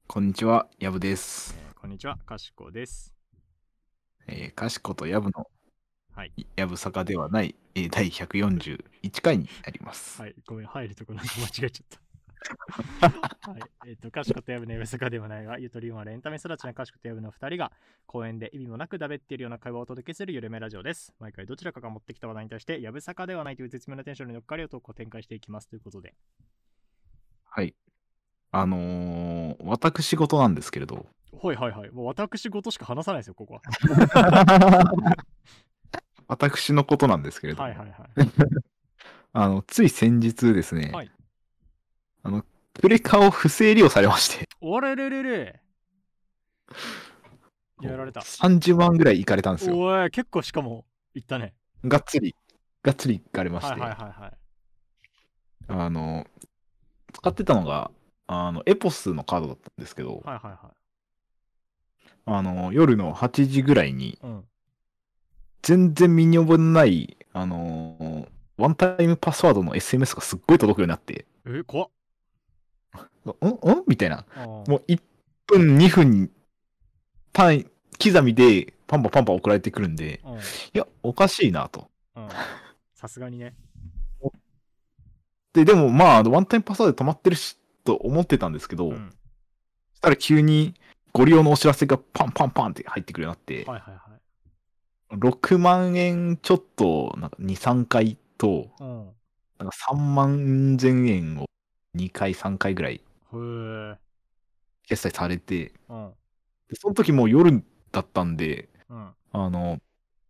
こんにちは、やぶです。 こんにちは、かしこです。 かしことやぶのはい。 やぶさかではない、第141回になります。 はい。ごめん、入るとこなんか間違えちゃった。はい。かしことやぶのやぶさかではないが、ゆとりはエンタメ育ちのかしことやぶの2人が、公園で意味もなくだべっているような会話をお届けするゆるめラジオです。毎回どちらかが持ってきた話題に対して、やぶさかではないという絶妙なテンションに乗っかりを投稿を展開していきますということで。 はい。私事なんですけれど。 はいはいはい。もう私事しか話さないですよ、ここは。 私のことなんですけれども。 はいはいはい。 つい先日ですね、 はい。 プレカを不正利用されまして、 おれれれれ。やられた。 30万ぐらいいかれたんですよ。 おい、結構しかも、いったね。 がっつりいかれましはいはいて、 はいはい。 あの、使ってたのが、エポスのカードだったんですけど、 はいはいはい。 夜の8時ぐらいに、 うん。 全然身に覚えのない、ワンタイムパスワードの SMS がすっごい届くようになって、 怖っ。 みたいな。 ああ。 もう1分、2分単位、刻みでパンパンパンパン送られてくるんで、 うん。 いや、おかしいなと。 うん。さすがにね。 でもまあ、ワンタイムパスワードで止まってるし、と思ってたんですけど、 うん。 そしたら急にご利用のお知らせがパンパンパンって入ってくるようになって、 はいはいはい。 6万円ちょっと、なんか2、3回と、 うん。 なんか3万千円を2回、3回ぐらいへえ。 決済されて、 うん。 でその時もう夜だったんで、 うん。 あの、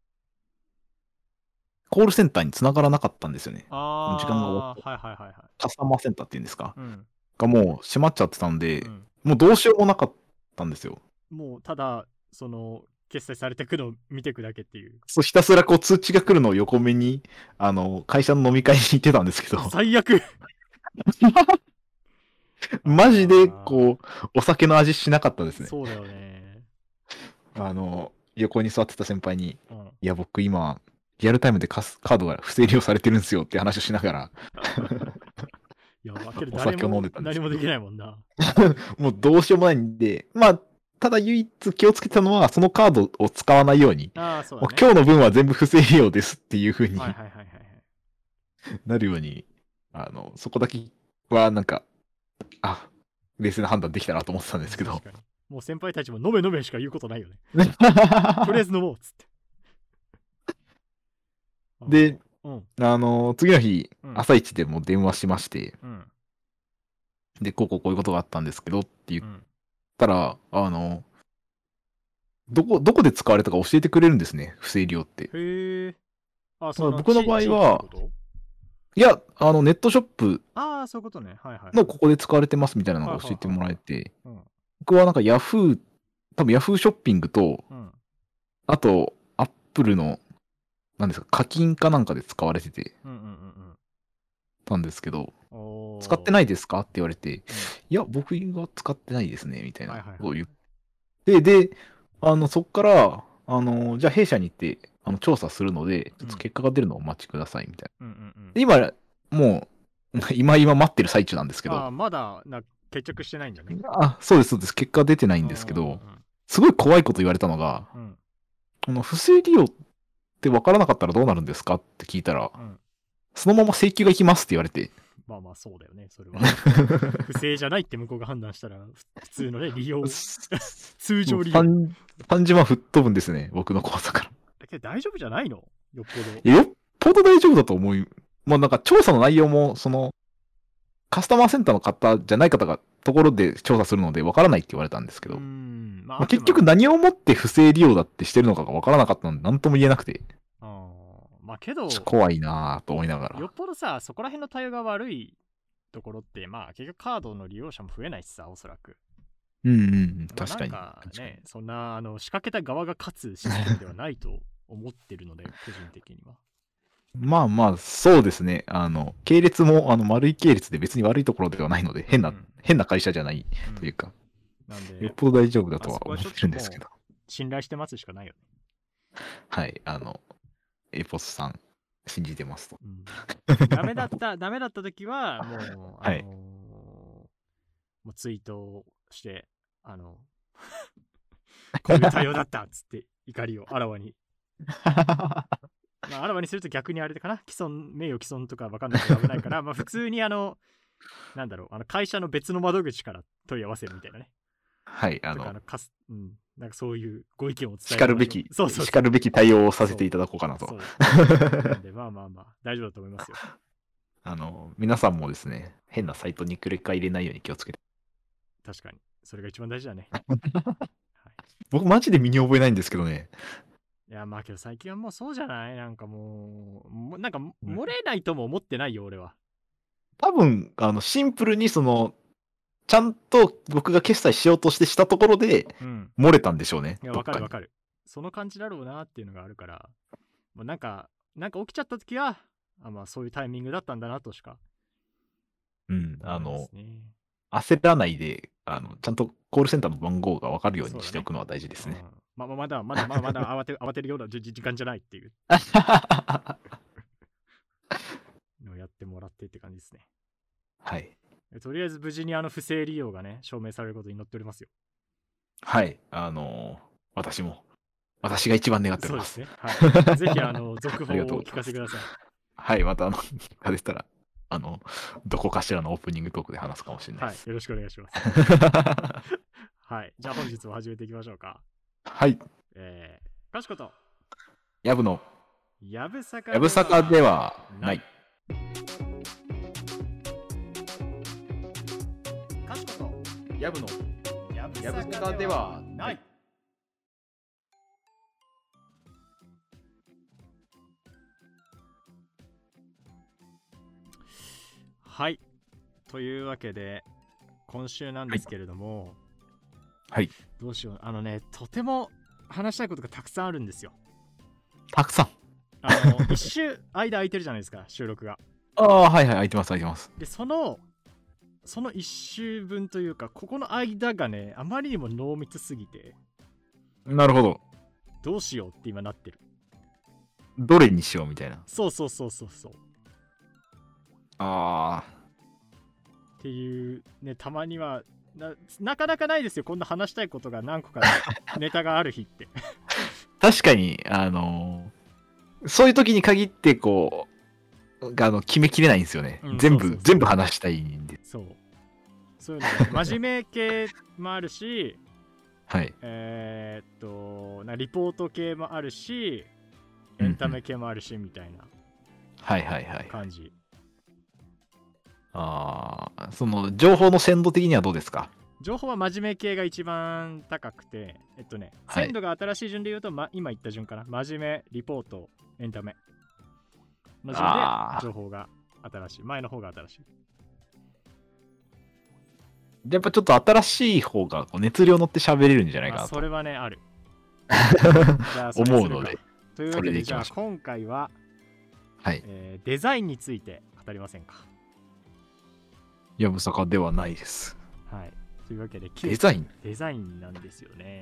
コールセンターに繋がらなかったんですよね。時間が終わって。 ああ、はいはいはいはい。 カスタマーセンターっていうんですかうん。 がもう閉まっちゃってたんで、 うん。 もうどうしようもなかったんですよ。 もう、ただ、決済されてくのを見てくだけっていう。 そうひたすらこう通知が来るのを横目に、会社の飲み会に行ってたんですけど、 最悪。 マジでああ、 こう、お酒の味しなかったですね。 そうだよね。 横に座ってた先輩に、 うん。 いや、僕今、リアルタイムでカードが不正利用されてるんですよって話をしながら、 やば、けどお誰も酒を飲んでたんですけど、 何もできないもんな。 もうどうしようもないんで、まあ、ただ唯一気をつけたのは、そのカードを使わないように、 ああ、そうだね。 もう今日の分は全部不正利用ですっていう風にはいはいはいはいはい。 なるように、そこだけはなんか、冷静な判断できたなと思ってたんですけど。 確かに。もう先輩たちも飲め飲めしか言うことないよね。とりあえず飲もうっつって。 で、 うん。 次の日、 うん。 朝一でもう電話しまして、 うん。 で、こういうことがあったんですけどって言っうん。 たら、どこで使われたか教えてくれるんですね、不正利用って。 へえ。あ、 まあ僕の場合地域っては、 こと？ いや、ネットショップああ、そういうことね。はいはいはい。 のここで使われてますみたいなのはいが教えてもはいはいはい。 らえて、 うん。 僕はなんか多分ヤフーショッピングと、 うん。 あと、アップルの、なんですか、課金かなんかで使われててうんうんうんたんですけど、 うん。 使っておー。 ないですかって言われて、 うん。 いや、僕は使ってないですね、みたいなはいはいはい。 ことを言って、で、そっから、じゃあ弊社に行って、調査するので、ちょっとうん。 結果が出るのをお待ちください、みたいうんうんうん。 な。で今、もう、今待ってる最中なんですけど、 ああ、まだ決着してないんだね。 そうです、そうです。結果出てないんうんうですけど、 んすごい怖いこと言われたのが、 うん。 不正利用って分からなかったらどうなるんですかって聞いたら、 うん。うん。 そのまま請求が行きますって言われて、 まあまあそうだよね、それは。不正じゃないって向こうが判断したら、普通のね、利用、通常利用。 30万吹っ飛ぶんですね、僕の口座から。 だけど大丈夫じゃないの？よっぽど。 よっぽど大丈夫だと思う。まあなんか調査の内容も、カスタマーセンターの方じゃない方がところで調査するので分からないって言われたんですけど、 まあまあ、結あくまで。 局何をもって不正利用だってしてるのかが分からなかったので何とも言えなくて、 まあけど、 怖いなぁと思いながら。 よっぽどさ、そこら辺の対応が悪いところって、まあ結局カードの利用者も増えないしさ、おそらく。 うんうん、 まあなん確かに。 かね、そんな仕掛けた側が勝つシステムではないと思ってるので、個人的には。 まあまあ、そうですね。系列も、丸い系列で別に悪いところではないので、変な会社じゃないというか、 なんで、 よっぽど大丈夫だとあそは思ってこはちょっとるんですけど。 もう信頼して待つしかないよね。 はい、エポスさん、信じてますと。 ダメだった時は、もう、 はい。 もうツイートをして、 こういう対応だったっつって怒りをあらわにまあ、あらわにすると逆にあれかな、名誉毀損とか分かんないから危ないから、まあ普通になんだろう、会社の別の窓口から問い合わせるみたいなね。 はい、 とかなんかそういうご意見を伝え叱るべき、 そう叱るべき対応をさせていただこうかなと。 なんで、まあ大丈夫だと思いますよ。 皆さんもですね、変なサイトにクリッカー入れないように気をつけて。 確かに。それが一番大事だね。 僕、マジで身に覚えないんですけどね。 いや、まあけど最近はもうそうじゃない？なんかなんか漏れないとも思ってないよ、俺は。 多分、シンプルにちゃんと僕が決済しようとしてしたところで、漏れたんでしょうね。 いや、わかるわかる。その感じだろうなっていうのがあるから、もうなんか起きちゃった時は、まあそういうタイミングだったんだなとしか。焦らないで、ちゃんとコールセンターの番号が分かるようにしておくのは大事ですね。 まだ慌てるような時間じゃないっていうのをやってもらってって感じですね。 はい。 とりあえず無事に不正利用がね、証明されることに祈っておりますよ。 はい。私が一番願っております。 そうですね。はい。ぜひ、続報をお聞かせください。 はい、また、あれでしたら、どこかしらのオープニングトークで話すかもしれないです。 はい、よろしくお願いします。はい、じゃあ本日も始めていきましょうか。 はい。 かしこと、 やぶの、 やぶさかではない。 かしこと、 やぶの、 やぶさかではない。はい。というわけで、今週なんですけれども、 はい。 どうしよう。とても話したいことがたくさんあるんですよ。 たくさん。 一週間空いてるじゃないですか、収録が。 ああ、はいはい、空いてます。 で、その一週分というか、ここの間がね、あまりにも濃密すぎて。 なるほど。 どうしようって今なってる。 どれにしようみたいな。 そう。 ああ。 っていうね、たまにはなかなかないですよ、こんな話したいことが何個かネタがある日って。 確かに、そういう時に限ってこう決めきれないんですよね。全部話したいんで。 そういうの真面目系もあるし、 はい。 リポート系もあるし、エンタメ系もあるしみたいな感じ。 その情報の鮮度的にはどうですか？ 情報は真面目系が一番高くて、鮮度が新しい順で言うと、今言った順かな。真面目、リポート、エンタメの順で情報が新しい。前の方が新しい。 やっぱちょっと新しい方が熱量乗って喋れるんじゃないかなと。 それはね、ある。 じゃあ思うので。 というわけで、じゃあ今回は、デザインについて語りませんか？ やぶさかではないです。 はい。というわけで、 デザインなんですよね。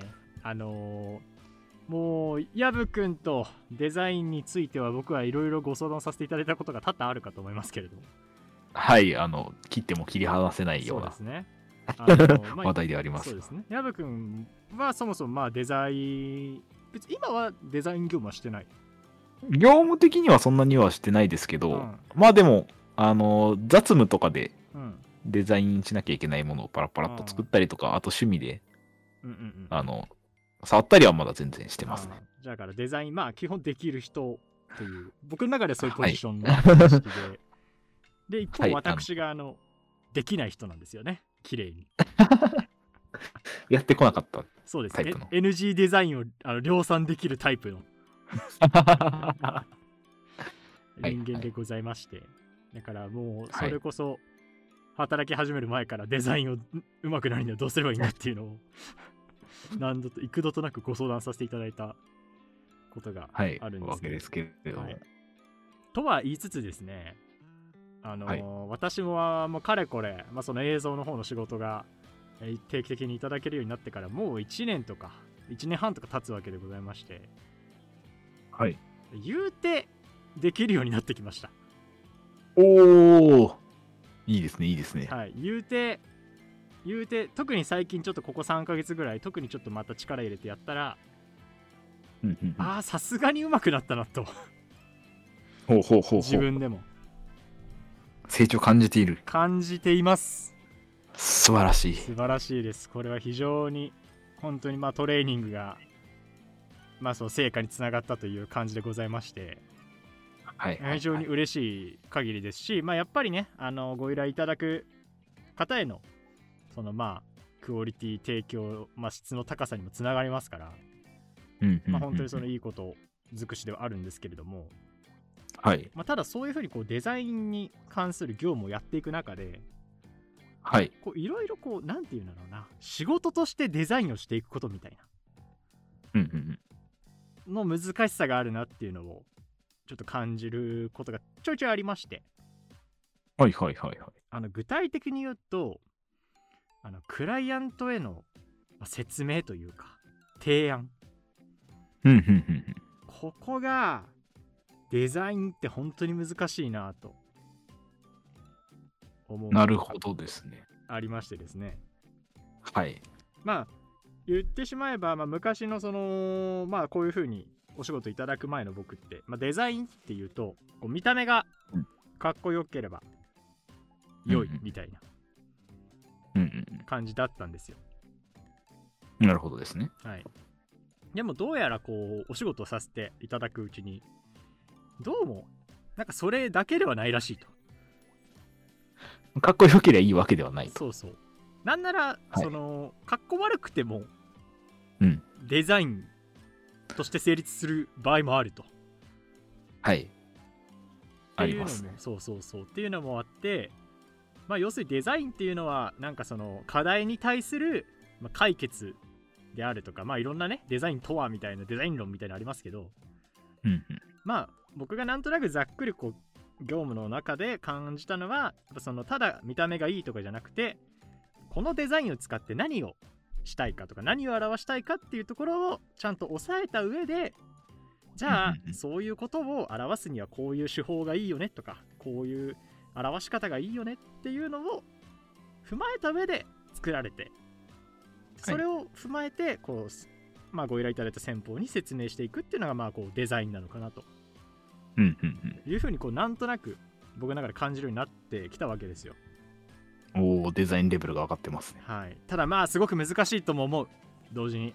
もう、やぶくんとデザインについては僕はいろいろご相談させていただいたことが多々あるかと思いますけれども。 はい、切っても切り離せないような。 そうですね。 話題であります。 そうですね。やぶくんはそもそもデザイン、別に今はデザイン業務はしてない。 業務的にはそんなにはしてないですけど、まあでも、雑務とかでデザインしなきゃいけないものをパラパラっと作ったりとか、あと趣味で、触ったりはまだ全然してますね。 だからデザイン、基本できる人という、僕の中でそういうポジションの認識で、で、一方私ができない人なんですよね。綺麗にやってこなかったそうですね。NG デザインを量産できるタイプの人間でございまして、だからもうそれこそ働き始める前からデザインをうまくなるにはどうすればいいんだっていうのを何度と幾度となくご相談させていただいたことがあるんですけど、とは言いつつですね、私ももうかれこれ、その映像の方の仕事が定期的にいただけるようになってからもう1年とか1年半とか経つわけでございまして、言うてできるようになってきました。 おー、いいですね。 はい、言うて言うて特に最近ちょっとここ3ヶ月ぐらい特にちょっとまた力入れてやったら、ああさすがに上手くなったなとほうほうほうほう。 自分でも成長感じている。 感じています。 素晴らしい。 素晴らしいです。これは非常に本当にまあトレーニングがまあそう成果につながったという感じでございまして、 はい非常に嬉しい限りですし、まあやっぱりねご依頼いただく方へのそのまあクオリティ提供、まあ、質の高さにもつながりますから、まあ本当にそのいいこと尽くしではあるんですけれども、 はい。 まあ、ただそういうふうにこうデザインに関する業務をやっていく中で、 はい。 いろいろこうなんていうんだろうな、仕事としてデザインをしていくことみたいなの難しさがあるなっていうのをちょっと感じることがちょいちょいありまして、 はいはいはいはい。 具体的に言うとクライアントへの説明というか提案、ここがデザインって本当に難しいなと思う。 なるほどですね。 ありましてですね。 はい。 まあ言ってしまえば、まあ、昔のそのまあこういう風にお仕事いただく前の僕って、まあ、デザインっていうとこう見た目がかっこよければ良いみたいな感じだったんですよ。 なるほどですね。 はい。でもどうやらこうお仕事をさせていただくうちにどうもなんかそれだけではないらしいと。 かっこよければいいわけではないと。 そうそう。なんなら、 はい、 そのかっこ悪くても、デザインとして成立する場合もあると。 はい。ありますね。 そうっていうのもあって、まあ要するにデザインっていうのはなんかその課題に対する解決であるとか、まあいろんなねデザインとはみたいなデザイン論みたいなのありますけど、まあ僕がなんとなくざっくりこう業務の中で感じたのは、やっぱそのただ見た目がいいとかじゃなくて、このデザインを使って何をしたいかとか何を表したいかっていうところをちゃんと押さえた上で、じゃあそういうことを表すにはこういう手法がいいよねとか、こういう表し方がいいよねっていうのを踏まえた上で作られて、それを踏まえてこう、まあ、ご依頼いただいた先方に説明していくっていうのがまあこうデザインなのかなというふうにこうなんとなく僕の中で感じるようになってきたわけですよ。 おー、デザインレベルが上がってますね。 はい。ただまあすごく難しいとも思う。同時に。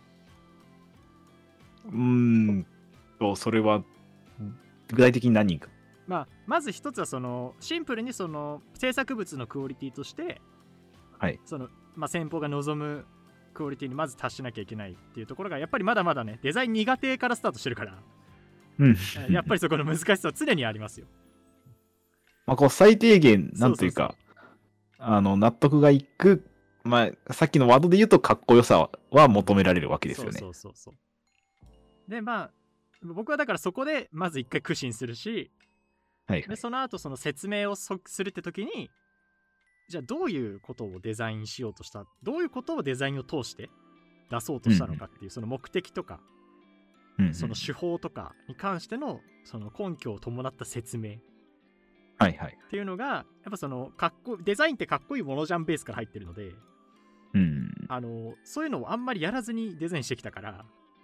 それは具体的に何か。 まず一つはそのシンプルにその制作物のクオリティとして、 はい。 その先方が望むクオリティにまず達しなきゃいけないっていうところがやっぱりまだまだねデザイン苦手からスタートしてるから、やっぱりそこの難しさは常にありますよ。 まあこう最低限なんというか納得がいく、まあさっきのワードで言うとかっこよさは求められるわけですよね。 そうでまあ僕はだからそこでまず一回苦心するし、でその後その説明をするって時に、じゃあどういうことをデザインしようとした、どういうことをデザインを通して出そうとしたのかっていう、その目的とか、その手法とかに関してのその根拠を伴った説明っていうのがやっぱそのデザインってかっこいいものじゃんベースから入ってるので、そういうのをあんまりやらずにデザインしてきたから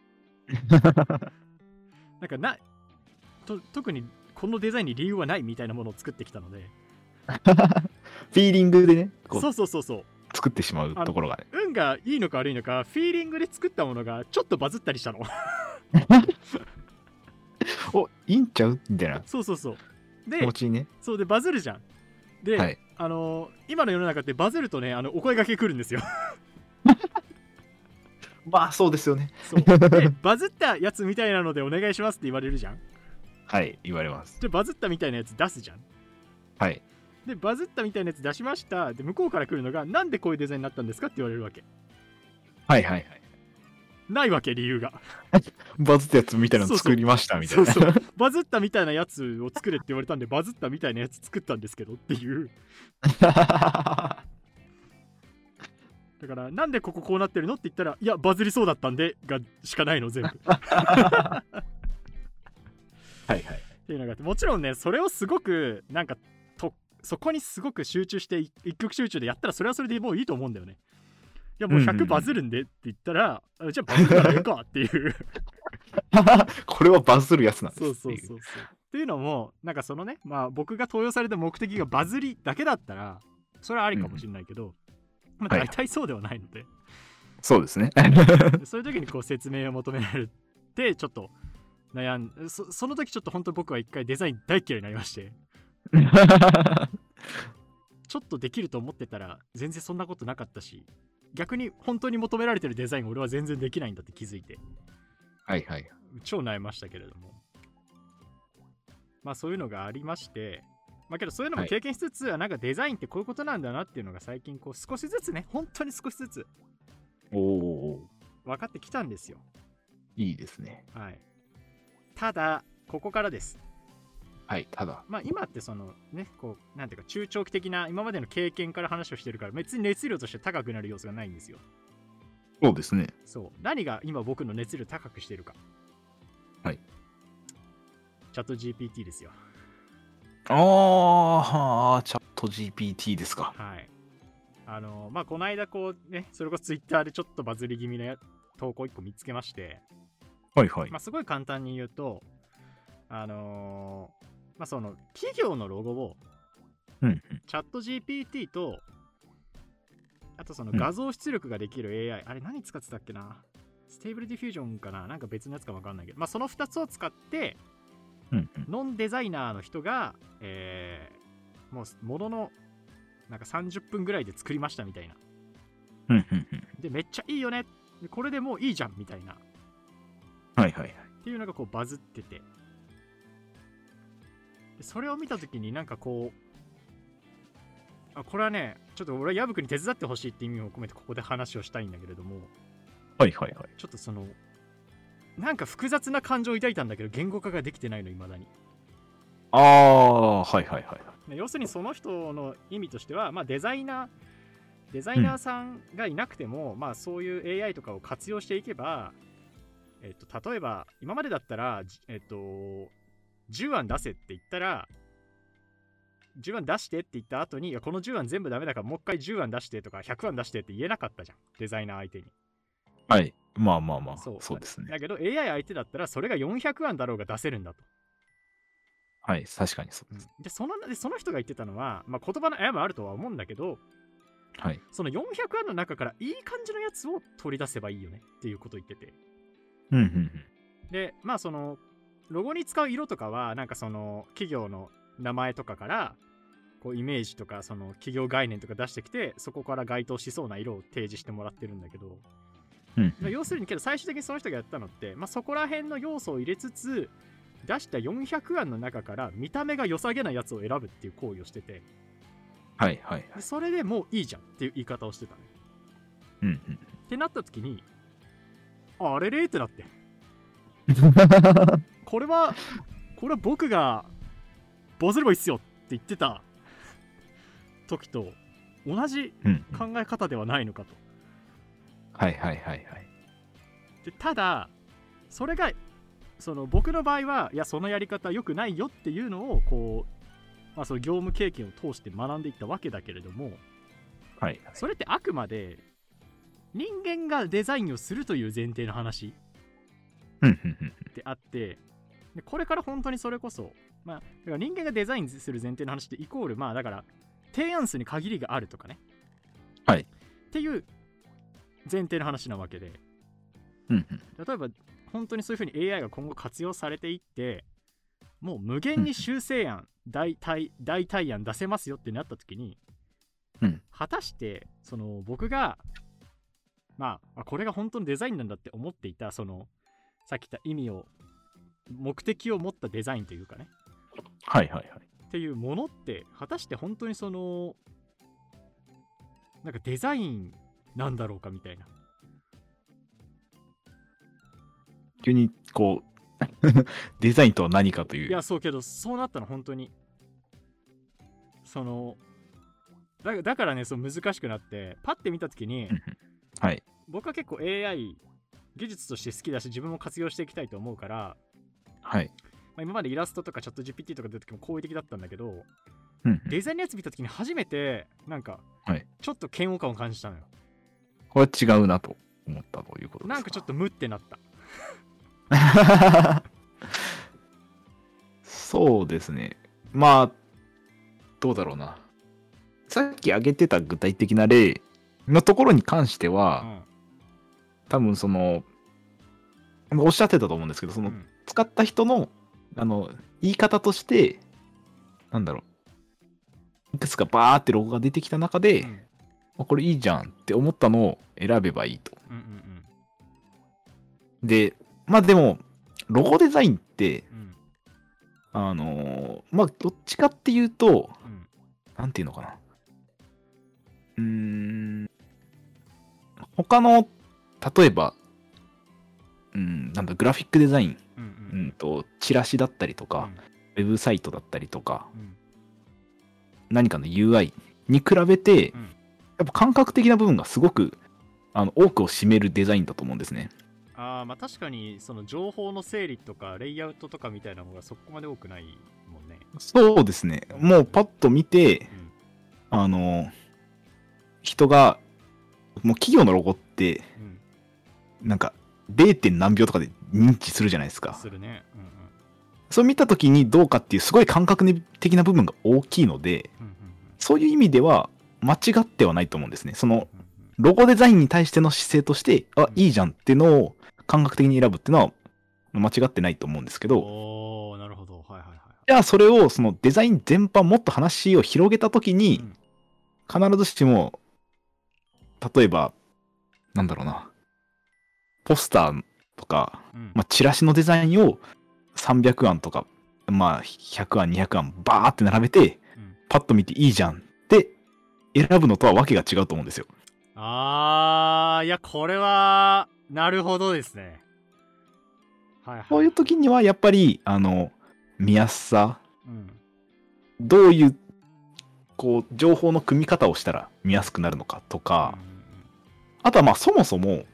なんか特にこのデザインに理由はないみたいなものを作ってきたのでフィーリングでね、 そう作ってしまうところがね、 運がいいのか悪いのかフィーリングで作ったものがちょっとバズったりしたのお、いいんちゃうみたいな。 そうで気持ちいいね。 そうでバズるじゃん。で、 はい、 今の世の中ってバズるとねお声掛け来るんですよまあそうですよね。 そうでバズったやつみたいなのでお願いしますって言われるじゃん。 はい、言われます。 でバズったみたいなやつ出すじゃん。 はい。 でバズったみたいなやつ出しました。で向こうから来るのがなんでこういうデザインになったんですかって言われるわけ。 はいないわけ理由がバズったやつみたいなの作りましたみたいな。 そうバズったみたいなやつを作れって言われたんでバズったみたいなやつ作ったんですけどっていうだからなんでこうなってるのって言ったら、いやバズりそうだったんでがしかないの全部っていうのがあって、もちろんねそれをすごくなんかそこにすごく集中して一極集中でやったらそれはそれでもういいと思うんだよね。 やもう100バズるんでって言ったら、じゃあバズったらええかっていうこれはバズるやつなんですそうそうそうそうっていうのもなんかそのね、まあ僕が投与された目的がバズりだけだったらそれはありかもしれないけど、まあ大体そうではないので、 そうですね。 そういう時にこう説明を求められてちょっと悩んその時ちょっと本当に僕は一回デザイン大嫌いになりましてちょっとできると思ってたら全然そんなことなかったし、逆に本当に求められてるデザインを俺は全然できないんだって気づいて、 はいはい。 超悩みましたけれども、まあそういうのがありまして、まあけどそういうのも経験しつつ、なんかデザインってこういうことなんだなっていうのが最近こう少しずつね、本当に少しずつ分かってきたんですよ。 いいですね。 はい。ただここからです。 はい、ただ。 まあ今ってそのね、こうなんていうか中長期的な今までの経験から話をしてるから別に熱量として高くなる要素がないんですよ。 そうですね。 そう。何が今僕の熱量高くしてるか。 はい。 チャット GPT ですよ。 ああ、チャット GPT ですか。 はい。まあこの間こうね、それこそ Twitter でちょっとバズり気味な投稿1個見つけまして、 はいはい。 まあすごい簡単に言うと、まあその企業のロゴをチャット GPT とあとその画像出力ができる AI、あれ何使ってたっけな、ステーブルディフュージョンかな、なんか別のやつか分かんないけど、まあその2つを使ってノンデザイナーの人が、もうもののなんか30分ぐらいで作りましたみたいな。でめっちゃいいよね、これでもういいじゃんみたいな。 はいはいはい。 っていうのがこうバズってて、でそれを見たときになんかこう、これはね、ちょっと俺は矢吹に手伝ってほしいって意味を込めてここで話をしたいんだけれども、 はいはいはい。 ちょっとそのなんか複雑な感情を抱いたんだけど言語化ができてないの未だに。 ああ、はいはいはい。 要するにその人の意味としては、まあ、デザイナーさんがいなくても、まあそういう AI とかを活用していけば、例えば今までだったら、10案出せって言ったら10案出してって言った後に、いやこの10案全部ダメだからもう一回10案出してとか100案出してって言えなかったじゃん、デザイナー相手に。 はい。まあまあまあ、 そうですね。 だけど AI 相手だったらそれが400案だろうが出せるんだと。 はい、確かにそうです。 でその人が言ってたのは、まあ、言葉の誤りあるとは思うんだけど、 はい。 その400案の中からいい感じのやつを取り出せばいいよねっていうことを言ってて。で、まあそのロゴに使う色とかはなんかその企業の名前とかからこうイメージとかその企業概念とか出してきて、そこから該当しそうな色を提示してもらってるんだけど、要するにけど最終的にその人がやったのって、まあ、そこら辺の要素を入れつつ出した400案の中から見た目が良さげなやつを選ぶっていう行為をしてて、 はいはいはい。 それでもういいじゃんっていう言い方をしてたね。ってなった時に、あれれってなってこれは僕がバズればいいっすよって言ってた時と同じ考え方ではないのかと。 はいはいはいはい。 でただそれがその僕の場合はいやそのやり方良くないよっていうのをこう、まあ、その業務経験を通して学んでいったわけだけれども、 はい、 それってあくまで人間がデザインをするという前提の話であって、でこれから本当にそれこそ、まあ、だから人間がデザインする前提の話ってイコール、まあだから提案数に限りがあるとかね、 はい、 っていう前提の話なわけで、例えば本当にそういう風に AI が今後活用されていって、もう無限に修正案、代替案出せますよってなった時に、果たしてその僕がまあこれが本当のデザインなんだって思っていた、そのさっき言った意味を目的を持ったデザインというかね、 はいはいはいっていうものって果たして本当にそのなんかデザインなんだろうかみたいな。 急にこうデザインとは何かという。 いやそうけどそうなったの本当にそのだからね、そう難しくなってパッて見た時にはい、 僕は結構 AI 技術として好きだし自分も活用していきたいと思うから、 はい、 まあ、今までイラストとかチャット GPT とか出た時も好意的だったんだけど、デザインのやつ見た時に初めてなんかちょっと嫌悪感を感じたのよ。 これは違うなと思ったということですか。 なんかちょっと無ってなった。 そうですね。まあ、どうだろうな。さっき挙げてた具体的な例のところに関しては、多分その、おっしゃってたと思うんですけど、その、使った人の、言い方として、なんだろう。いくつかバーってロゴが出てきた中で、これいいじゃんって思ったのを選べばいいと。で、まあでも、ロゴデザインって、まあ、どっちかっていうと、なんていうのかな。他の、例えば、なんだ、グラフィックデザイン、チラシだったりとか、ウェブサイトだったりとか、何かの UI に比べて、やっぱ感覚的な部分がすごく多くを占めるデザインだと思うんですね。 まあ確かにその情報の整理とかレイアウトとかみたいなのがそこまで多くないもんね。 そうですね。もうパッと見て、人がもう企業のロゴって、なんか 0. 何秒とかで認知するじゃないですか。 するね。 そう見たときにどうかっていうすごい感覚的な部分が大きいので、そういう意味では間違ってはないと思うんですね。そのロゴデザインに対しての姿勢として、いいじゃんっていうのを感覚的に選ぶっていうのは間違ってないと思うんですけど、 なるほど。はいはいはい。 じゃあそれをそのデザイン全般もっと話を広げたときに、必ずしも、例えば、なんだろうな、ポスターとか、チラシのデザインを300案とか、100案、200案、バーって並べて、パッと見ていいじゃんって選ぶのとはわけが違うと思うんですよ。 いや、これは、なるほどですね。 そういう時には、やっぱり、見やすさ、どういう、情報の組み方をしたら見やすくなるのかとか、あとは、そもそも、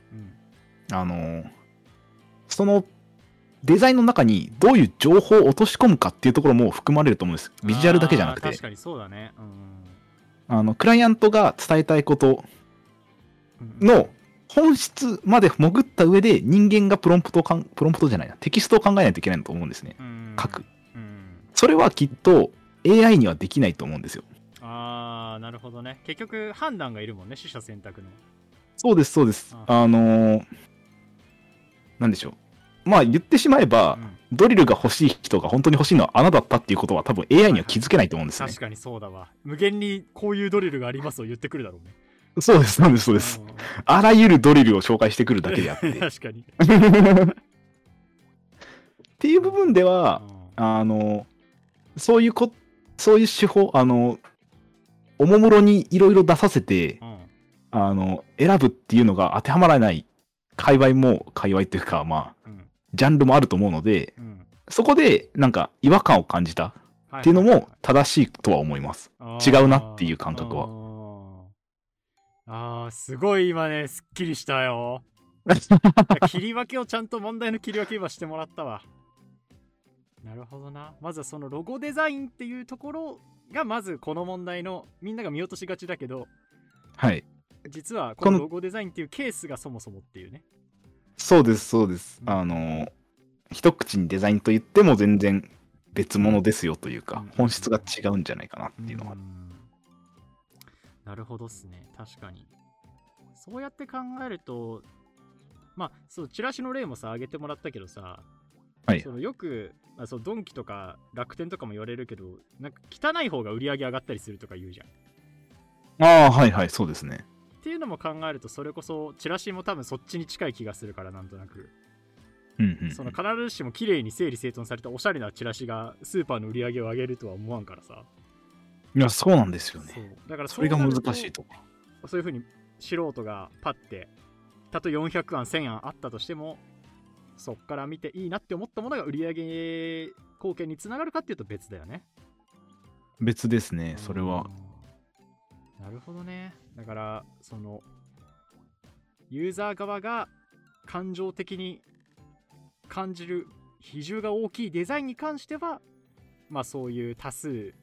そのデザインの中にどういう情報を落とし込むかっていうところも含まれると思うんです。ビジュアルだけじゃなくて。 確かにそうだね。 クライアントが伝えたいことの本質まで潜った上で人間がプロンプトじゃないな、テキストを考えないといけないと思うんですね。書く。それはきっと AI にはできないと思うんですよ。 なるほどね。結局判断がいるもんね、取捨選択の。 そうです、そうです。なんでしょう。言ってしまえば、ドリルが欲しい人が本当に欲しいのは穴だったっていうことは多分 AI には気づけないと思うんですね。 確かにそうだわ。無限にこういうドリルがありますを言ってくるだろうね。 そうです、そうです、そうです。あらゆるドリルを紹介してくるだけであって。 確かに。 っていう部分では、そういう手法、おもむろにいろいろ出させて、選ぶっていうのが当てはまらない界隈というか、ジャンルもあると思うので、そこでなんか違和感を感じたっていうのも正しいとは思います。違うなっていう感覚は。 すごい今ね、すっきりしたよ。切り分けをちゃんと問題の切り分け今してもらったわ。なるほどな。まずはそのロゴデザインっていうところがまずこの問題のみんなが見落としがちだけど、 はい。 実はこのロゴデザインっていうケースがそもそもっていうね。 そうです、そうです。一口にデザインと言っても全然別物ですよというか、本質が違うんじゃないかなっていうのは。 なるほどっすね。確かに。そうやって考えると、そう、チラシの例もさ、挙げてもらったけどさ、 はい、 そのよく、ドンキとか楽天とかも言われるけど、なんか汚い方が売り上げ上がったりするとか言うじゃん。 はいはい、そうですね。 っていうのも考えると、それこそチラシも多分そっちに近い気がするから、なんとなく。その必ずしも綺麗に整理整頓されたおしゃれなチラシがスーパーの売り上げを上げるとは思わんからさ。 いや、そうなんですよね。 だからそれが難しいと。 そういう風に素人がパッて、たと400案、1000案あったとしても、そっから見ていいなって思ったものが売り上げ貢献につながるかっていうと別だよね。 別ですね、それは。 なるほどね。だからそのユーザー側が感情的に感じる比重が大きいデザインに関しては、そういう多数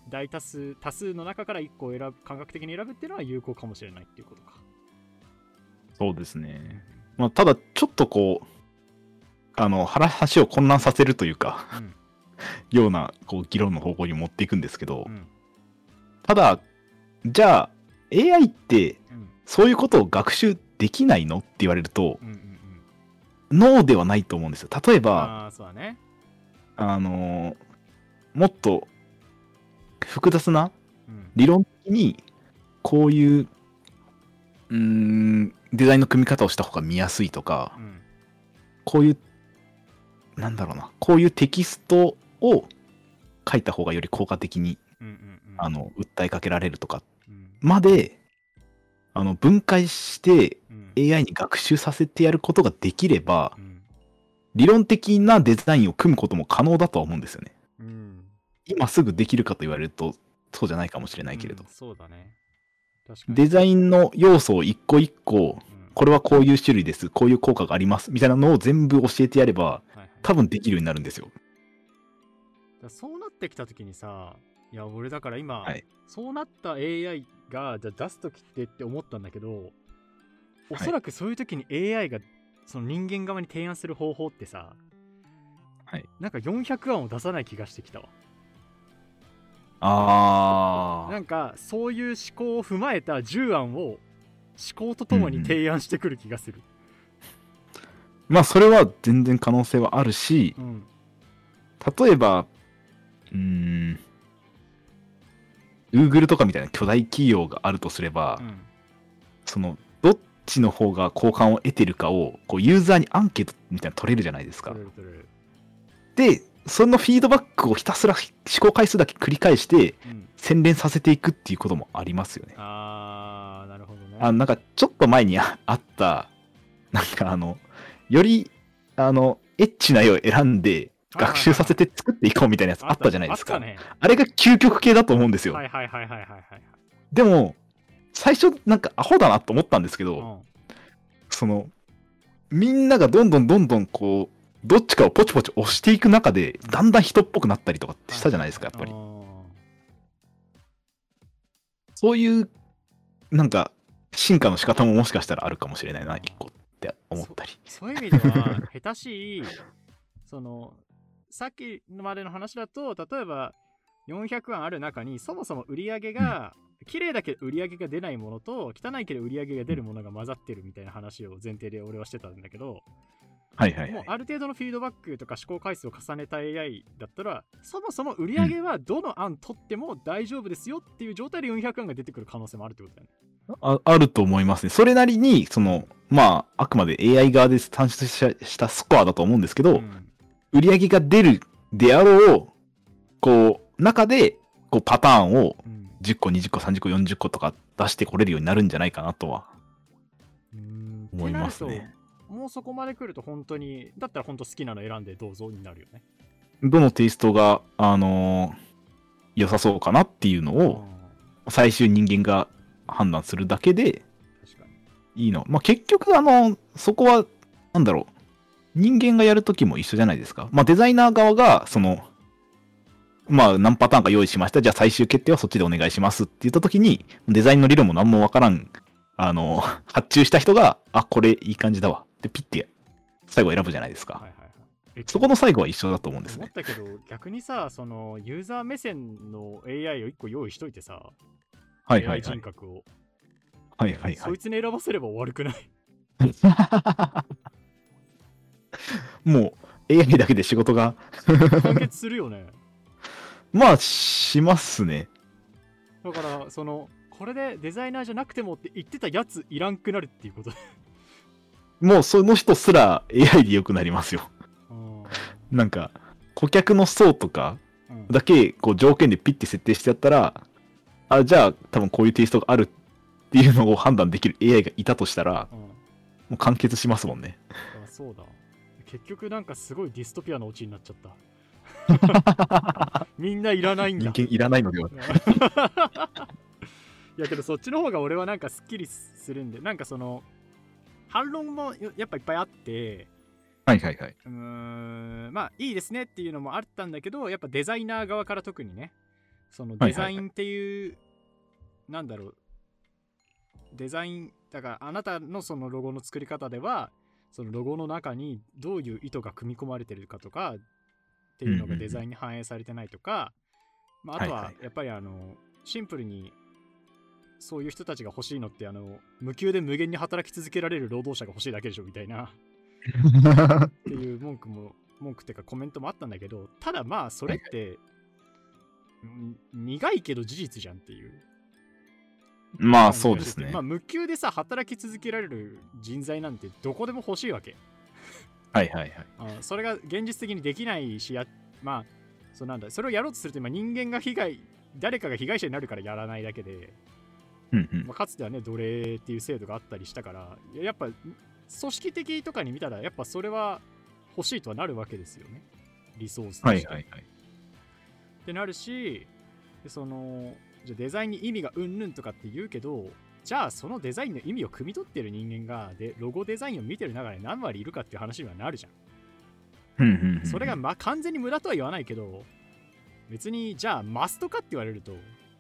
の中から1個感覚的に選ぶっていうのは有効かもしれないっていうことか。 そうですね。まあ、ただ、ちょっとこう、話を混乱させるというか、ような、こう、議論の方向に持っていくんですけど、ただ、じゃあ、AI って、そういうことを学習できないのって言われると、ノーではないと思うんですよ。例えば、 そうだね。 もっと複雑な理論的にこういうデザインの組み方をした方が見やすいとか、こういうなんだろうな、こういうテキストを書いた方がより効果的に訴えかけられるとかまで分解してAI に学習させてやることができれば、理論的なデザインを組むことも可能だとは思うんですよね。今すぐできるかと言われるとそうじゃないかもしれないけれど、 そうだね。確かにデザインの要素を一個一個、これはこういう種類です、こういう効果がありますみたいなのを全部教えてやれば、多分できるようになるんですよ。 そうなってきた時にさ、いや俺だから今、そうなった AI がじゃ出す時って思ったんだけど、おそらくそういう時に AI がその人間側に提案する方法ってさ、なんか400案を出さない気がしてきたわ。なんかそういう思考を踏まえた10案を思考とともに提案してくる気がする。 まあそれは全然可能性はあるし、例えばGoogle とかみたいな巨大企業があるとすれば、そのどっちの方が好感を得てるかをこうユーザーにアンケートみたいなの取れるじゃないですか。でそのフィードバックをひたすら試行回数だけ繰り返して洗練させていくっていうこともありますよね。 なるほどね。 なんかちょっと前にあったなんかよりエッチな絵を選んで学習させて作っていこうみたいなやつあったじゃないですか。あれが究極系だと思うんですよ。でも最初なんかアホだなと思ったんですけど、そのみんながどんどんこうどっちかをポチポチ押していく中でだんだん人っぽくなったりとかってしたじゃないですか。やっぱりそういうなんか進化の仕方ももしかしたらあるかもしれないな一個って思ったり。 そういう意味では下手しいそのさっきまでの話だと、例えば400案ある中にそもそも売り上げが、綺麗だけど売り上げが出ないものと汚いけど売り上げが出るものが混ざってるみたいな話を前提で俺はしてたんだけど、もうある程度のフィードバックとか試行回数を重ねた AI だったら、そもそも売り上げはどの案取っても大丈夫ですよっていう状態で400案が出てくる可能性もあるってことだよね。あると思いますね。それなりにまああくまで AI 側で算出したスコアだと思うんですけど、売り上げが出るであろうこう中でこうパターンを10個20個30個40個とか出してこれるようになるんじゃないかなとは思いますね。 もうそこまで来ると本当にだったら本当好きなの選んでどうぞになるよね。 どのテイストが良さそうかなっていうのを最終人間が判断するだけでいいの。まあ結局そこはなんだろう、人間がやるときも一緒じゃないですか。まあデザイナー側がまあ何パターンか用意しました、じゃあ最終決定はそっちでお願いしますって言ったときに、デザインの理論も何もわからん発注した人がこれいい感じだわでピッて最後選ぶじゃないですか。そこの最後は一緒だと思うんですね。 思ったけど逆にさ、そのユーザー目線の AI を1個用意しといてさ、AI 人格をそいつに選ばせれば悪くない？ もう AI だけで仕事が完結するよね。 まあしますね。 だからこれでデザイナーじゃなくてもって言ってたやついらんくなるっていうこともうその人すら AI で良くなりますよ。なんか顧客の層とかだけこう条件でピッて設定してやったら、じゃあ多分こういうテイストがあるっていうのを判断できる AI がいたとしたら、もう完結しますもんね。 そうだ。結局なんかすごいディストピアのオチになっちゃった。みんないらないんだ。 人間いらないのでは。 いやけどそっちの方が俺はなんかすっきりするんで、なんか反論もやっぱいっぱいあって、まあいいですねっていうのもあったんだけど、やっぱデザイナー側から特にね、デザインっていう、なんだろう、デザインっだからあなたのそのロゴの作り方ではそのロゴの中にどういう意図が組み込まれてるかとかっていうのがデザインに反映されてないとか、まあ、あとはやっぱりシンプルにそういう人たちが欲しいのって無給で無限に働き続けられる労働者が欲しいだけでしょみたいなっていう文句っていうかコメントもあったんだけど、ただまあそれって、苦いけど事実じゃんっていう。 まあそうですね。 まあ無給でさ働き続けられる人材なんてどこでも欲しいわけ。 はいはいはい。 それが現実的にできないし、まあそうなんだ、それをやろうとすると今人間が誰かが被害者になるからやらないだけで、まあ、かつてはね奴隷っていう制度があったりしたから、やっぱ組織的とかに見たらやっぱそれは欲しいとはなるわけですよね、リソースとして。 はいはいはい。 ってなるし、じゃあデザインに意味がうんぬんとかって言うけど、じゃあそのデザインの意味を汲み取ってる人間がロゴデザインを見てる中で何割いるかっていう話にはなるじゃん。それが完全に無駄とは言わないけど、別にじゃあマストかって言われると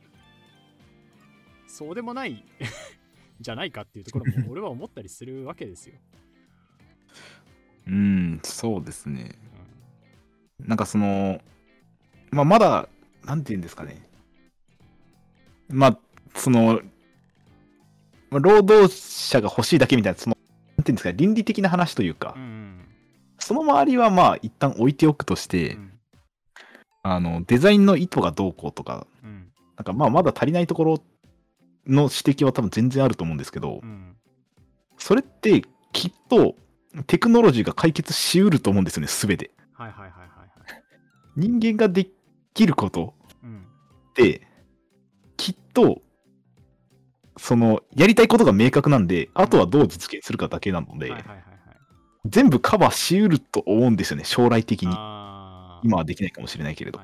そうでもないじゃないかっていうところも俺は思ったりするわけですよ。 そうですね。なんかまだなんて言うんですかね。労働者が欲しいだけみたいな、なんて言うんですか、倫理的な話というか、その周りはまあ一旦置いておくとして、デザインの意図がどうこうとか、なんかまだ足りないところの指摘は多分全然あると思うんですけど、それってきっとテクノロジーが解決しうると思うんですよね、すべて。人間ができることって、きっとやりたいことが明確なんで、あとはどう実現するかだけなので、全部カバーしうると思うんですよね、将来的に。今はできないかもしれないけれど。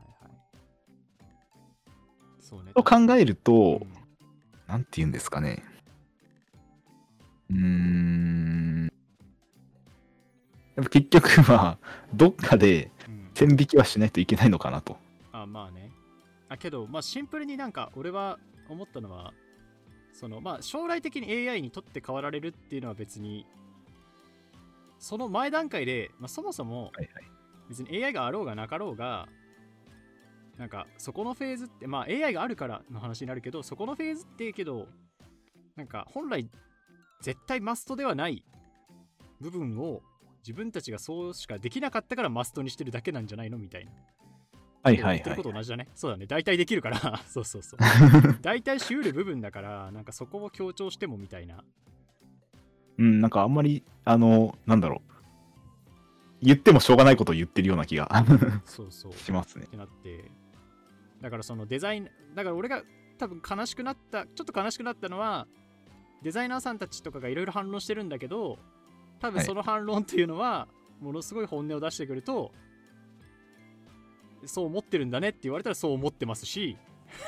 と考えると、なんて言うんですかね。やっぱ結局は、どっかで線引きはしないといけないのかなと。 まあね。けど、まあシンプルになんか俺は思ったのは、まあ将来的に AI にとって変わられるっていうのは別に、その前段階で、まあ、そもそも別に AI があろうがなかろうが、なんかそこのフェーズって、まあ AI があるからの話になるけど、そこのフェーズってけど、なんか本来絶対マストではない部分を自分たちがそうしかできなかったからマストにしてるだけなんじゃないのみたいな。言ってること同じだね。そうだね。大体できるからそう。大体しうる部分だから、なんかそこを強調してもみたいな。 なんかあんまり、なんだろう。言ってもしょうがないことを言ってるような気がしますね。 ってなって。だからそのデザイン、だから俺が多分ちょっと悲しくなったのは、デザイナーさんたちとかがいろいろ反論してるんだけど、多分その反論っていうのは、ものすごい本音を出してくると、そう思ってるんだねって言われたらそう思ってますし、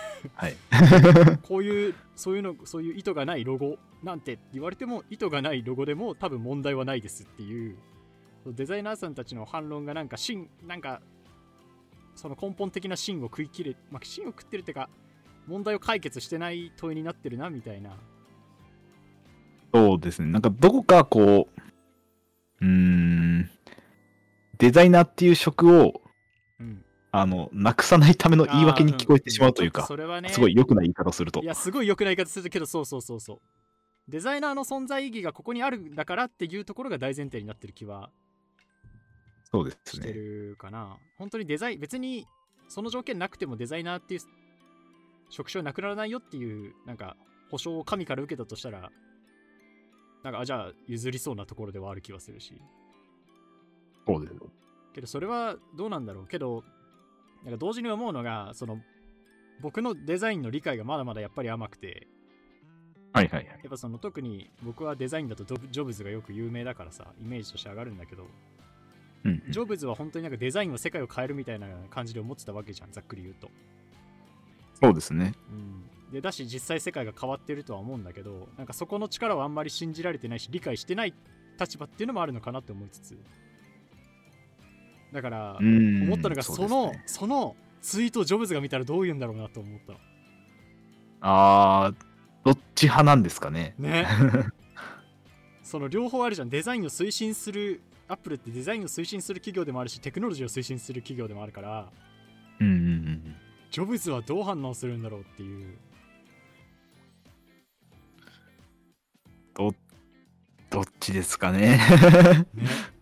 そういう意図がないロゴなんて言われても、意図がないロゴでも多分問題はないですっていう、デザイナーさんたちの反論がなんかその根本的な芯を食い切れ、まあ、芯を食ってるってか問題を解決してない問いになってるなみたいな。 そうですね。なんかどこかこうデザイナーっていう職をなくさないための言い訳に聞こえてしまうというか、 それはね、 すごい良くない言い方をすると。 いや、すごい良くない言い方するけど、そう。デザイナーの存在意義がここにあるんだからっていうところが大前提になってる気はそうですね。 してるかな。本当に別にその条件なくてもデザイナーっていう職種はなくならないよっていう、なんか保証を神から受けたとしたら、なんかじゃあ譲りそうなところではある気はするし。 そうですよ。 けどそれはどうなんだろうけど、なんか同時に思うのが、僕のデザインの理解がまだまだやっぱり甘くて、やっぱ特に僕はデザインだとジョブズがよく有名だからさ、イメージとして上がるんだけど、ジョブズは本当になんかデザインは世界を変えるみたいな感じで思ってたわけじゃん、ざっくり言うと。 そうですね。 でだし実際世界が変わってるとは思うんだけど、なんかそこの力はあんまり信じられてないし理解してない立場っていうのもあるのかなって思いつつ、だから思ったのが、そのツイートをジョブズが見たらどう言うんだろうなと思ったの。 どっち派なんですかね。 ね。その両方あるじゃん。デザインを推進する、アップルってデザインを推進する企業でもあるし、テクノロジーを推進する企業でもあるから、 うんうんうん。 ジョブズはどう反応するんだろうっていう。 どっちですかね。 ね。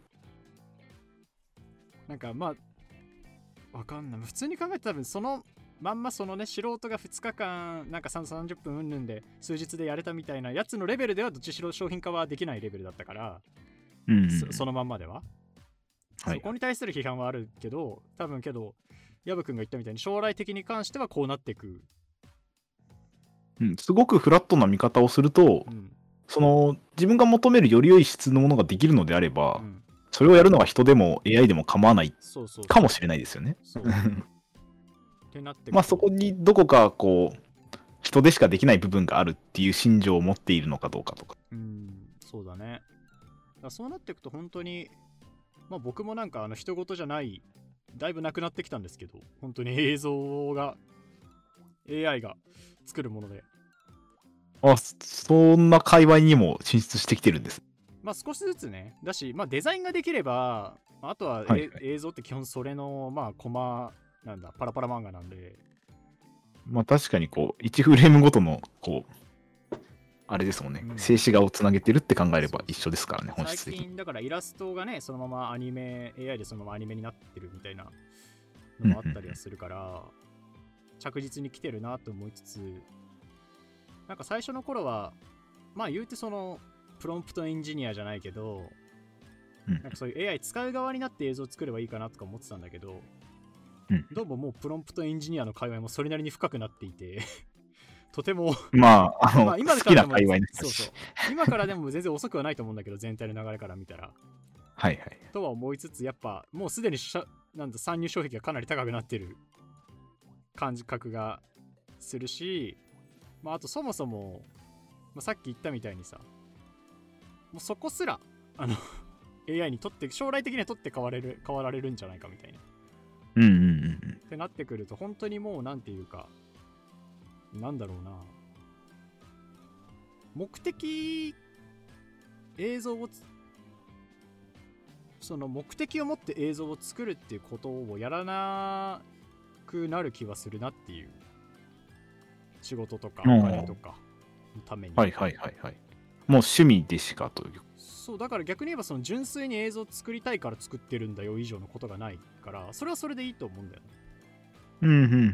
なんかまあ、わかんない。普通に考えて多分そのまんまそのね、素人が2日間、なんか30分うんぬんで数日でやれたみたいなやつのレベルではどっちしろ商品化はできないレベルだったから、 うんうん、 そのまんまでは。 はい、 そこに対する批判はあるけど、多分けど、ヤブ君が言ったみたいに将来的に関してはこうなっていく。 うん。すごくフラットな見方をすると、 うん。 その自分が求めるより良い質のものができるのであれば、 うん、 それをやるのは人でも AI でも構わないそうそうそうかもしれないですよね。 そうってなってくるまあそこにどこかこう人でしかできない部分があるっていう心情を持っているのかどうかとか。 そうだね。だからそうなっていくと本当に、まあ僕もなんか人事じゃない、だいぶなくなってきたんですけど、本当に映像が AI が作るもので、 あ、そんな界隈にも進出してきてるんです。 まあ少しずつね、だし、まあデザインができれば、あとは、 はいはい、 映像って基本それの、まあコマ、なんだ、パラパラ漫画なんで、 まあ確かにこう1フレームごとのこうあれですもんね、 うん静止画をつなげてるって考えればそうそう一緒ですからね、本質的に。 最近だからイラストがね、そのままアニメ、AI でそのままアニメになってるみたいなのもあったりはするから、着実に来てるなと思いつつ、なんか最初の頃は、まあ言うてその、プロンプトエンジニアじゃないけど、なんかそういう AI 使う側になって映像を作ればいいかなとか思ってたんだけど、どうももうプロンプトエンジニアの界隈もそれなりに深くなっていてとてもまあ、 まあ今好きなからでも界隈ですし。 そうそう今からでも全然遅くはないと思うんだけど、全体の流れから見たらはいはい。 とは思いつつ、やっぱもうすでになんだ参入障壁がかなり高くなってる感覚がするし、まあ、あとそもそも、まあ、さっき言ったみたいにさ、もうそこすらAI にとって将来的には取って変わられるんじゃないかみたいなうんうんうんってなってくると、本当にもうなんていうか、なんだろうな、目的映像をその目的を持って映像を作るっていうことをやらなくなる気はするなっていう。仕事とかお金とかのために。 はいはいはいはい。もう趣味でしかという。 そうだから逆に言えばその純粋に映像作りたいから作ってるんだよ以上のことがないから、それはそれでいいと思うんだよね。 うんうんうんうん。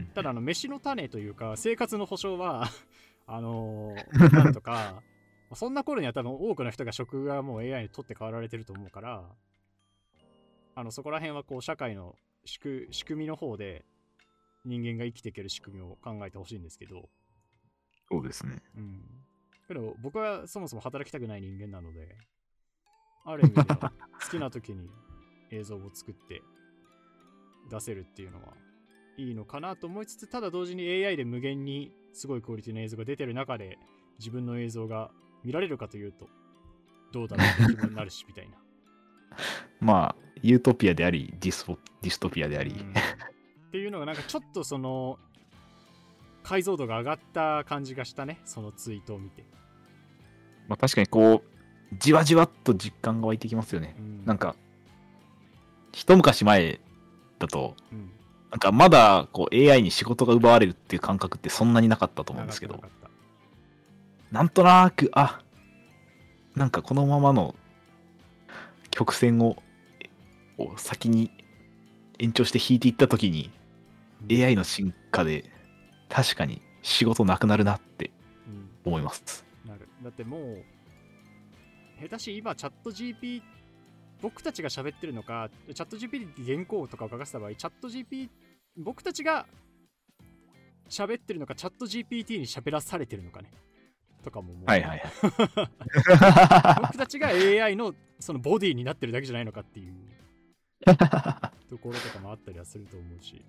ただ飯の種というか生活の保障はなんとかそんな頃には多分多くの人が職がもう AI に取って代わられてると思うから、そこら辺はこう社会の仕組みの方で人間が生きていける仕組みを考えてほしいんですけど、 そうですね。 けど僕はそもそも働きたくない人間なので、ある意味では好きな時に映像を作って出せるっていうのはいいのかなと思いつつ、ただ同時に AI で無限にすごいクオリティの映像が出てる中で自分の映像が見られるかというとどうだろうって気分になるしみたいな。 まあユートピアでありディストピアであり、 っていうのがなんかちょっとその解像度が上がった感じがしたね、そのツイートを見て。 まあ確かにこうじわじわっと実感が湧いてきますよね。なんか一昔前だと、なんかまだこう AI に仕事が奪われるっていう感覚ってそんなになかったと思うんですけど、なんとなくなんかこのままの曲線を先に延長して引いていった時に、AI の進化で確かに仕事なくなるなって思います。 なる。だってもう下手し今チャット GP 僕たちが喋ってるのか、チャット GPT って原稿とかを書かせた場合、チャット GP 僕たちが喋ってるのか、チャット GPT に喋らされてるのかねとかももう、 はいはい、 僕たちが AI のそのボディになってるだけじゃないのかっていうところとかもあったりはすると思うし、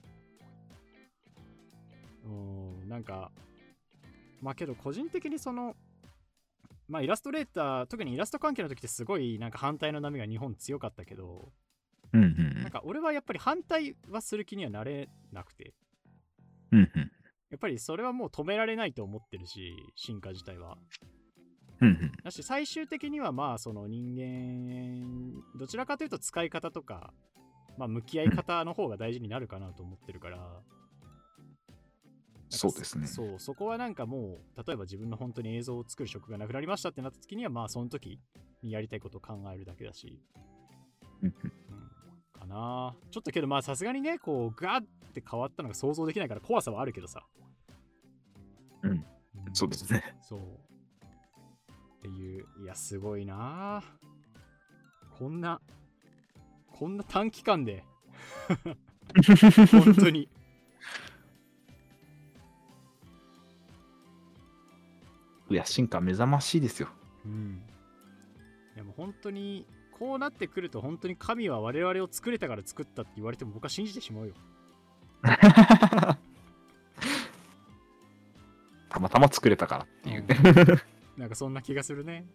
なんかまあけど個人的にそのまあイラストレーター、特にイラスト関係の時ってすごいなんか反対の波が日本強かったけど、なんか俺はやっぱり反対はする気にはなれなくて、 やっぱりそれはもう止められないと思ってるし、進化自体は。だし最終的にはまあその人間どちらかというと使い方とか、まあ、向き合い方の方が大事になるかなと思ってるから、 そうですね。 そこはなんかもう例えば自分の本当に映像を作る職がなくなりましたってなった時にはまあその時にやりたいことを考えるだけだし、かな。ちょっとけどまあさすがにねこうガーって変わったのが想像できないから怖さはあるけどさ。 そうですね。 そうっていう、いやすごいな。こんな短期間で本当にいや進化目覚ましいですよ。 いやもう本当にこうなってくると本当に神は我々を作れたから作ったって言われても僕は信じてしまうよ。 たまたま作れたからっていう、 なんかそんな気がするね。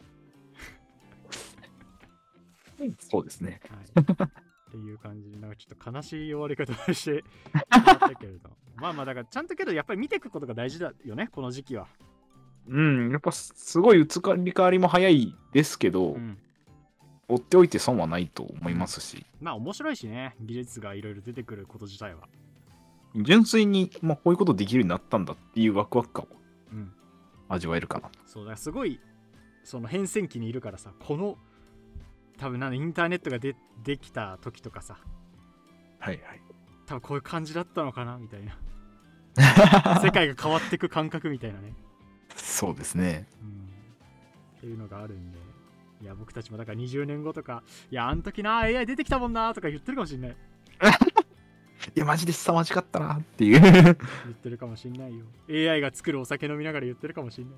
そうですね、 っていう感じでなんかちょっと悲しい終わり方をしてしまったけれどまあだからちゃんとけどやっぱり見ていくことが大事だよねこの時期は。 やっぱすごい移り変わりも早いですけど、追っておいて損はないと思いますし、 まあ面白いしね、技術がいろいろ出てくること自体は。 純粋に、こういうことできるようになったんだっていうワクワク感を味わえるかな。 そうだ、すごいその変遷期にいるからさ、この多分インターネットができた時とかさ、多分こういう感じだったのかなみたいな世界が変わっていく感覚みたいなね。 そうですね、 っていうのがあるんで、いや僕たちもだから20年後とか、いやあの時な AI 出てきたもんなとか言ってるかもしんない。いやマジで凄まじかったなっていう言ってるかもしんないよ。 AI が作るお酒飲みながら言ってるかもしんない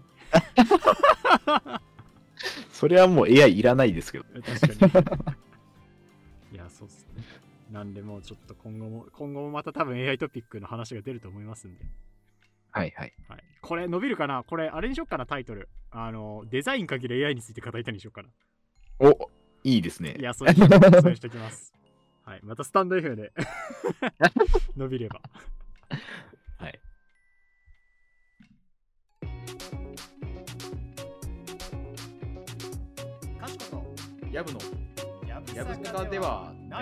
それはもう AI いらないですけど。 確かにいやそうっすね。なんでもうちょっと今後もまた多分 AI トピックの話が出ると思いますんで。これ伸びるかな。これあれにしよっかな、タイトルデザインかける AI について語りたいにしよっかな。 お、いいですね。 いやそうしておきます。はい、またスタンド F で伸びれば。 はい。 かしことやぶのやぶさかではない。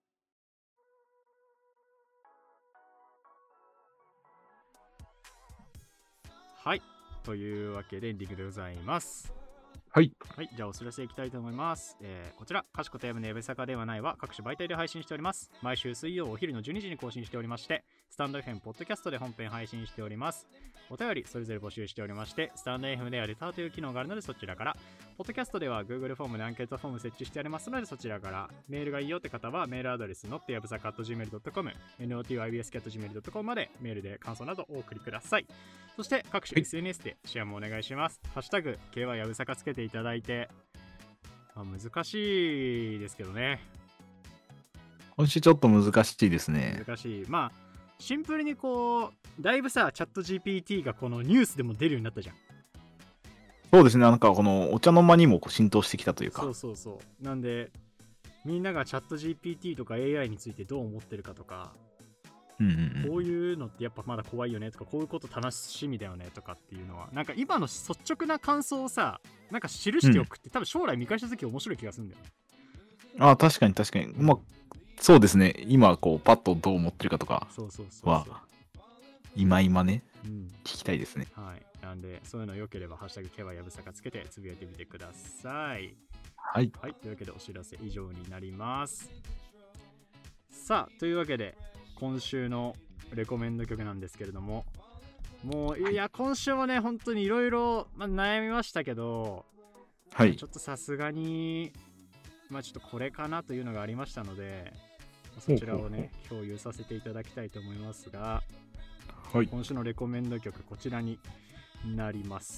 はい、というわけでエンディングでございます。はい、じゃあお知らせいきたいと思います。こちら、かしことやぶのやぶさかではないは各種媒体で配信しております。毎週水曜お昼の12時に更新しておりまして、スタンド FM、ポッドキャストで本編配信しております。お便りそれぞれ募集しておりまして、スタンド FM ではレターという機能があるのでそちらから、ポッドキャストでは Google フォームでアンケートフォーム設置してありますのでそちらから、メールがいいよって方はメールアドレス notyabusa@gmail.com notyabusa@gmail.com までメールで感想などお送りください。そして各種 SNS でシェアもお願いします。ハッシュタグ KY やぶさかつけていただいて、難しいですけどね。 今週ちょっと難しいですね。 難しい。まあシンプルにこうだいぶさ、チャット GPT がこのニュースでも出るようになったじゃん。 そうですね、なんかこのお茶の間にも浸透してきたというか。 そうなんでみんながチャット GPT とか AI についてどう思ってるかとか、こういうのってやっぱまだ怖いよねとか、こういうこと楽しみだよねとかっていうのは、なんか今の率直な感想をさ、なんか記しておくって、多分将来見返した時面白い気がするんだよ。 ああ、確かにまあそうですね、今こうパッとどう思ってるかとかは今ね、聞きたいですね。 はい、なんでそういうの良ければハッシュタグKYやぶさかつけてつぶやいてみてください。はい、というわけでお知らせ以上になります。さあというわけで今週のレコメンド曲なんですけれども、もういや今週もね本当にいろいろ悩みましたけど、ちょっとさすがにちょっとこれかなというのがありましたので、そちらをね共有させていただきたいと思いますが、今週のレコメンド曲こちらになります。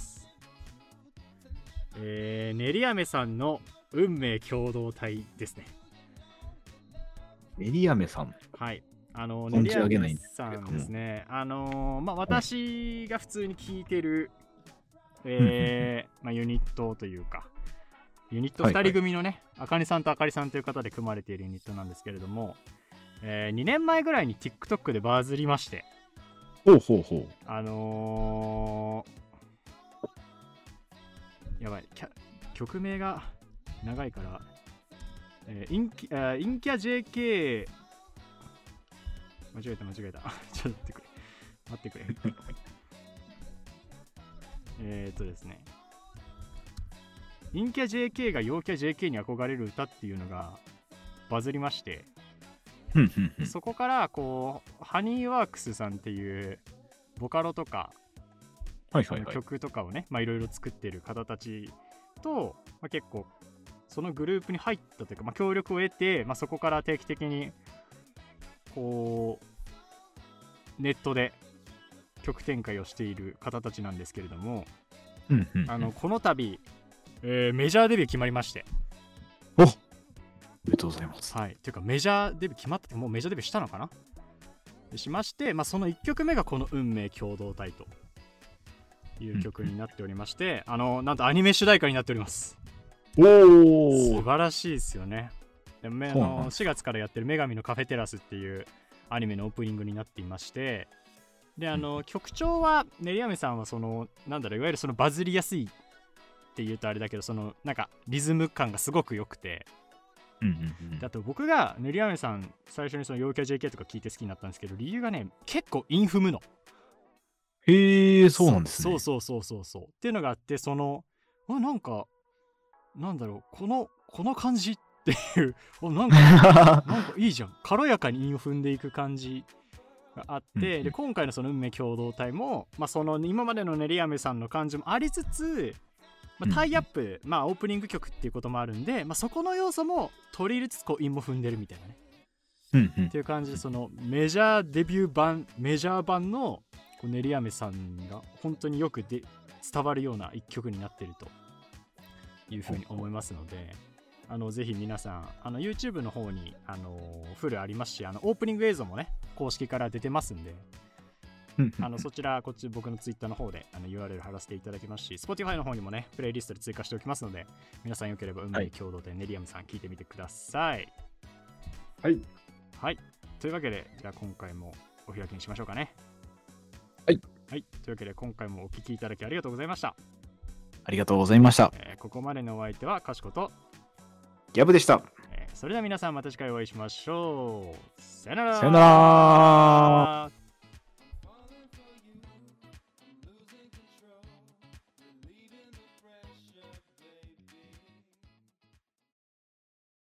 練り飴さんの運命共同体ですね。 練り飴さん、 はい練り飴さんですね。私が普通に聴いてる、ユニットというか、ユニット2人組のね、あかねさんとあかりさんという方で組まれているユニットなんですけれども、2年前ぐらいに TikTok でバズりまして、 ほうほうほう。 やばい、曲名が長いから、陰キャ JK、間違えた。ちょっと待ってくれ。ですね。陰キャ JK が陽キャ JK に憧れる歌っていうのがバズりまして、そこからこうハニーワークスさんっていうボカロとか、曲とかをね、いろいろ作ってる方たちと、結構そのグループに入ったというか、協力を得て、そこから定期的にこうネットで曲展開をしている方たちなんですけれども、この度、メジャーデビュー決まりまして。 お、おめでとうございます。 はい、というかメジャーデビュー決まってもうメジャーデビューしたのかなしまして、その1曲目がこの運命共同体という曲になっておりまして、なんとアニメ主題歌になっております。 おー、 素晴らしいですよね。でも4月からやってる女神のカフェテラスっていうアニメのオープニングになっていまして、で曲調は練り飴さんはそのいわゆるそのバズりやすいって言うとあれだけど、そのなんかリズム感がすごく良くて、あと僕が練り飴さん最初にその陽キャ JK とか聞いて好きになったんですけど、理由がね結構韻踏むの。 へえ、そうなんですね。 そうっていうのがあって、そのなんかこの感じっていうなんかいいじゃん、軽やかに韻を踏んでいく感じがあって、で今回のその運命共同体も、その今までの練り飴さんの感じもありつつ、タイアップ、オープニング曲っていうこともあるんで、そこの要素も取り入れつつ韻も踏んでるみたいなね、っていう感じで、そのメジャー版の練り飴さんが本当によく伝わるような一曲になってるというふうに思いますので、ぜひ皆さんYouTube の方にフルありますし、オープニング映像もね公式から出てますんで、そちらこっち僕の Twitter の方でURL 貼らせていただきますし、 Spotify の方にもねプレイリストで追加しておきますので、皆さんよければ運命共同体ネリアムさん聞いてみてください。はい、というわけでじゃあ今回もお開きにしましょうかね。はい、というわけで今回もお聞きいただきありがとうございました。 ありがとうございました。 ここまでのお相手はかしことギャブでした。 それでは皆さんまた次回お会いしましょう。さよなら。 さよなら。